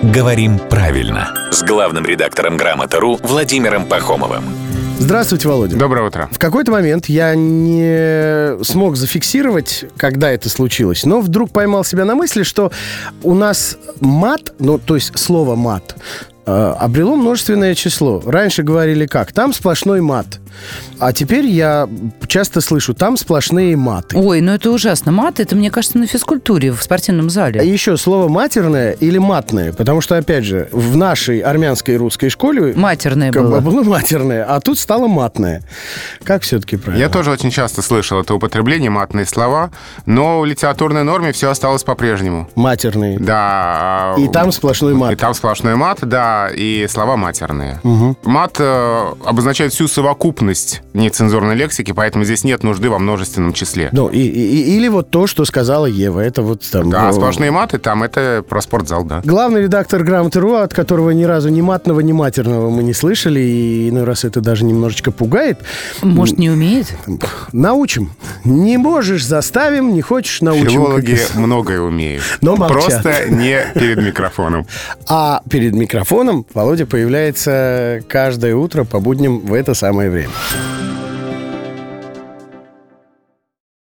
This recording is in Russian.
«Говорим правильно» с главным редактором «Грамота.ру» Владимиром Пахомовым. Здравствуйте, Володя. Доброе утро. В какой-то момент я не смог зафиксировать, когда это случилось, но вдруг поймал себя на мысли, что у нас мат, то есть слово «мат», обрело множественное число. Раньше говорили как? Там сплошной мат. А теперь я часто слышу, там сплошные маты. Ой, это ужасно. Мат, это, мне кажется, на физкультуре, в спортивном зале. А еще слово матерное или матное, потому что, опять же, в нашей армянской и русской школе матерное было матерное, а тут стало матное. Как все-таки правильно? Я тоже очень часто слышал это употребление, матные слова, но в литературной норме все осталось по-прежнему. Матерные. Да. И там сплошной мат. И там сплошной мат, да, и слова матерные. Угу. Мат обозначает всю совокупность нецензурной лексики, поэтому здесь нет нужды во множественном числе. Или вот то, что сказала Ева, это вот там... Да, сплошные маты, там это про спортзал, да. Главный редактор «Грамоты.ру», от которого ни разу ни матного, ни матерного мы не слышали, и иной раз это даже немножечко пугает. Может, не умеет? Научим. Не можешь — заставим, не хочешь — научим. Филологи многое умеют. Но молчат. Просто не перед микрофоном. А перед микрофоном Володя появляется каждое утро по будням в это самое время.